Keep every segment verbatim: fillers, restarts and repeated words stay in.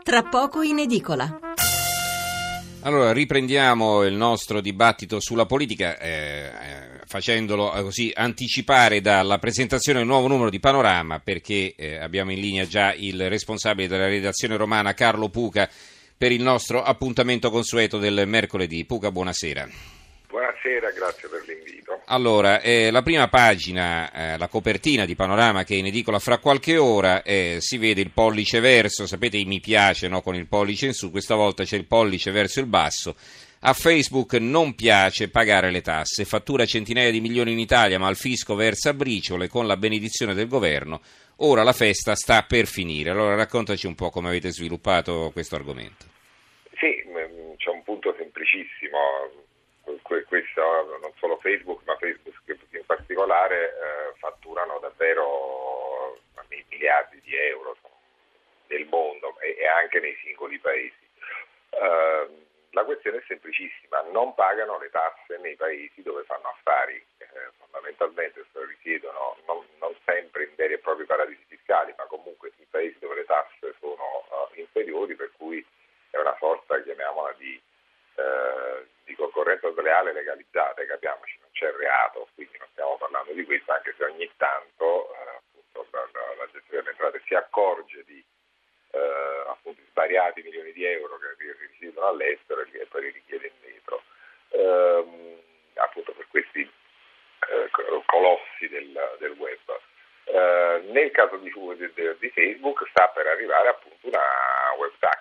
tra poco in edicola. Allora, riprendiamo il nostro dibattito sulla politica, eh, facendolo così anticipare dalla presentazione del nuovo numero di Panorama, perché eh, abbiamo in linea già il responsabile della redazione romana, Carlo Puca, per il nostro appuntamento consueto del mercoledì. Puca, buonasera. Buonasera, grazie per l'invito. Allora, eh, la prima pagina, eh, la copertina di Panorama che è in edicola fra qualche ora, eh, si vede il pollice verso, sapete i mi piace, no, con il pollice in su, questa volta c'è il pollice verso il basso. A Facebook non piace pagare le tasse, fattura centinaia di milioni in Italia ma il fisco versa briciole con la benedizione del governo, ora la festa sta per finire. Allora raccontaci un po' come avete sviluppato questo argomento. Sì, c'è un punto semplicissimo. Questo, non solo Facebook, ma Facebook in particolare eh, fatturano davvero miliardi di euro nel mondo e, e anche nei singoli paesi. Eh, la questione è semplicissima: non pagano le tasse nei paesi dove fanno affari, eh, fondamentalmente risiedono non, non sempre in veri e propri paradisi fiscali, ma comunque in paesi dove le tasse sono uh, inferiori, per cui è una sorta, chiamiamola, di Eh, di concorrenza sleale legalizzata, capiamoci, non c'è reato, quindi non stiamo parlando di questo, anche se ogni tanto eh, appunto, la, la gestione delle entrate si accorge di eh, appunto svariati milioni di euro che risiedono all'estero e poi li richiede indietro, ehm, appunto per questi eh, colossi del, del web. Eh, nel caso di, di, di Facebook sta per arrivare appunto una web tax,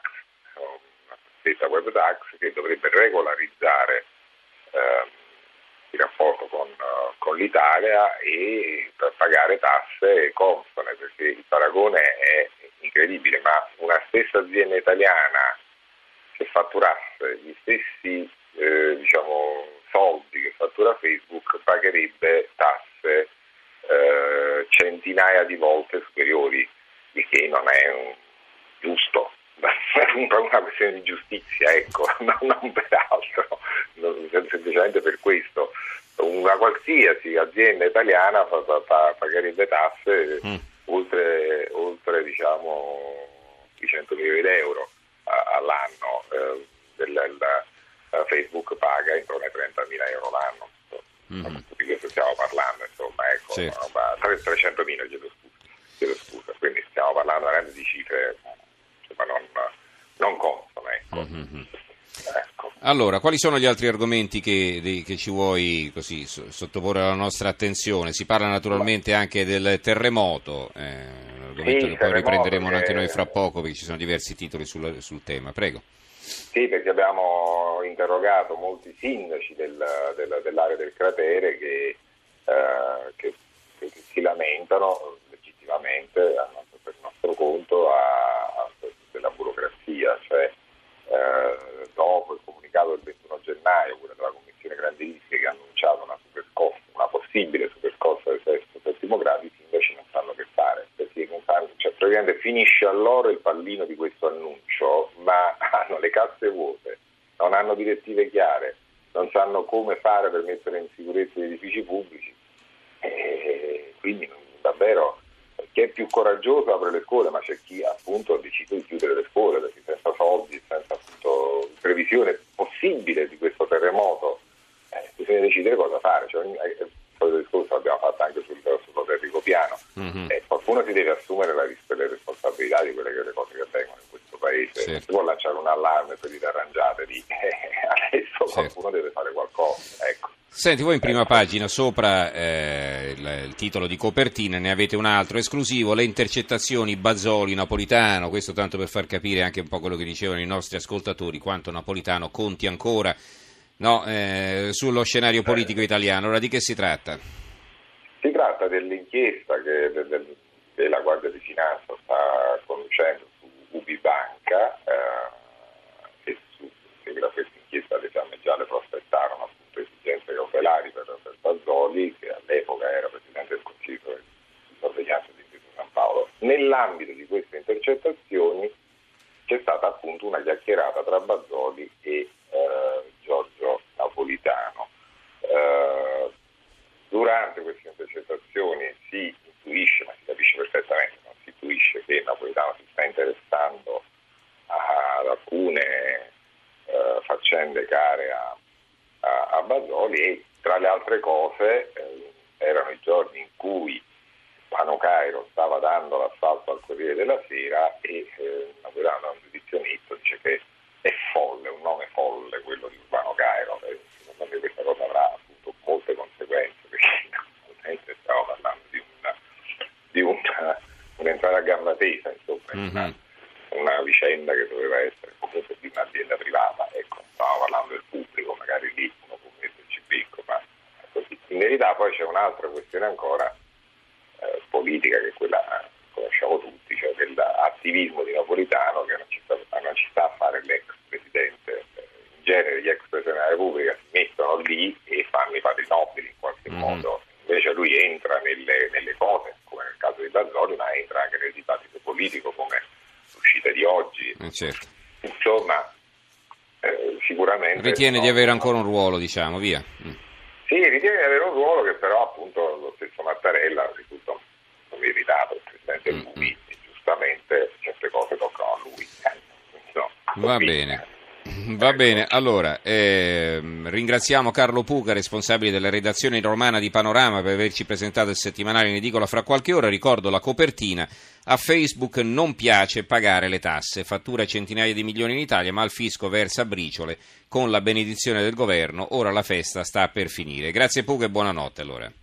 stessa web tax che dovrebbe regolarizzare eh, il rapporto con, uh, con l'Italia e per pagare tasse consone, perché il paragone è incredibile, ma una stessa azienda italiana che fatturasse gli stessi eh, diciamo soldi che fattura Facebook pagherebbe tasse eh, centinaia di volte superiori, il che non è un, giusto. È una questione di giustizia, ecco, no, non per altro, non, semplicemente per questo. Una qualsiasi azienda italiana pa, pa, pa, pagherebbe tasse mm. oltre, oltre diciamo i cento milioni di euro a, all'anno. Eh, del, la, la Facebook paga intorno ai trentamila euro l'anno, mm. di questo stiamo parlando, insomma, ecco, sì. no, trecentomila, chiedo scusa, chiedo scusa, quindi stiamo parlando veramente di cifre ma non, non consone, ecco. Mm-hmm. ecco. Allora, quali sono gli altri argomenti che, che ci vuoi così sottoporre alla nostra attenzione? Si parla naturalmente anche del terremoto, eh, un argomento sì, che poi riprenderemo che... anche noi fra poco, perché ci sono diversi titoli sul, sul tema. Prego. Sì, perché abbiamo interrogato molti sindaci del, del, dell'area del cratere che, eh, che, che si lamentano legittimamente per il nostro conto a della burocrazia, cioè eh, dopo il comunicato del ventuno gennaio, quella della Commissione Grandi Rischi che ha annunciato una supercosta, una possibile supercosta del sesto settimo grado, i sindaci non sanno che fare, perché non sanno, cioè praticamente finisce a loro il pallino di questo annuncio, ma hanno le casse vuote, non hanno direttive chiare, non sanno come fare per mettere in sicurezza gli edifici pubblici, e quindi davvero chi è più coraggioso apre le scuole, ma c'è chi appunto decide di chiudere le scuole perché senza soldi, senza appunto previsione possibile di questo terremoto, eh, bisogna decidere cosa fare. Cioè, il solito discorso l'abbiamo fatto anche sul, sullo terricopiano. Mm-hmm. Eh, qualcuno si deve assumere la, le responsabilità di quelle che le cose che avvengono in questo paese. Certo. Non si può lanciare un allarme per dire arrangiatevi, eh, adesso certo. Qualcuno deve fare qualcosa, ecco. Senti, voi in prima pagina sopra eh, il, il titolo di copertina, ne avete un altro esclusivo, le intercettazioni Bazzoli-Napolitano, questo tanto per far capire anche un po' quello che dicevano i nostri ascoltatori, quanto Napolitano conti ancora no, eh, sullo scenario politico italiano. Ora di che si tratta? Si tratta dell'inchiesta che, del, del, che la Guardia di Finanza sta conducendo su U B I Banca, eh, e su seguito a questa inchiesta le fiamme gialle prospettarono esigenze cautelari per, per Bazzoli, che all'epoca era Presidente del Consiglio di sorveglianza di Intesa San Paolo. Nell'ambito di queste intercettazioni c'è stata appunto una chiacchierata tra Bazzoli e eh, Giorgio Napolitano. Eh, durante queste intercettazioni si intuisce, ma si capisce perfettamente, non si intuisce che Napolitano si sta interessando a giocare a, a, a Bazoli, e tra le altre cose eh, erano i giorni in cui Pano Cairo stava dando l'assalto al Corriere della Sera e eh, un giudizionista dice che è folle, un nome folle quello di Urbano Cairo, e secondo me questa cosa avrà avuto molte conseguenze, perché naturalmente stiamo parlando di, una, di una, un'entrata a gamba tesa, insomma, mm-hmm. una, una vicenda che doveva essere comunque di un'azienda privata, ecco, stiamo parlando del pubblico, magari lì uno può metterci becco, ma così. In verità poi c'è un'altra questione ancora eh, politica, che è quella che conosciamo tutti, cioè dell'attivismo di Napolitano, che non ci sta, non ci sta a fare l'ex presidente. In genere gli ex presidenti della Repubblica si mettono lì e fanno i padri nobili in qualche mm-hmm. modo, invece lui entra nelle, nelle cose, come nel caso di Bazoli, ma entra anche nel dibattito politico, come l'uscita di oggi. Eh certo. Insomma, eh, sicuramente... Ritiene no, di avere ancora un ruolo, diciamo, via. Mm. Sì, ritiene di avere un ruolo che però appunto lo stesso Mattarella risulta un meritato, il presidente mm-hmm. Lui, e giustamente certe cose toccano a lui. No, Va così. bene. Va bene, allora ehm, ringraziamo Carlo Puca, responsabile della redazione romana di Panorama, per averci presentato il settimanale in edicola fra qualche ora. Ricordo la copertina: a Facebook non piace pagare le tasse, fattura centinaia di milioni in Italia, ma il fisco versa briciole con la benedizione del governo, ora la festa sta per finire. Grazie Puca e buonanotte allora.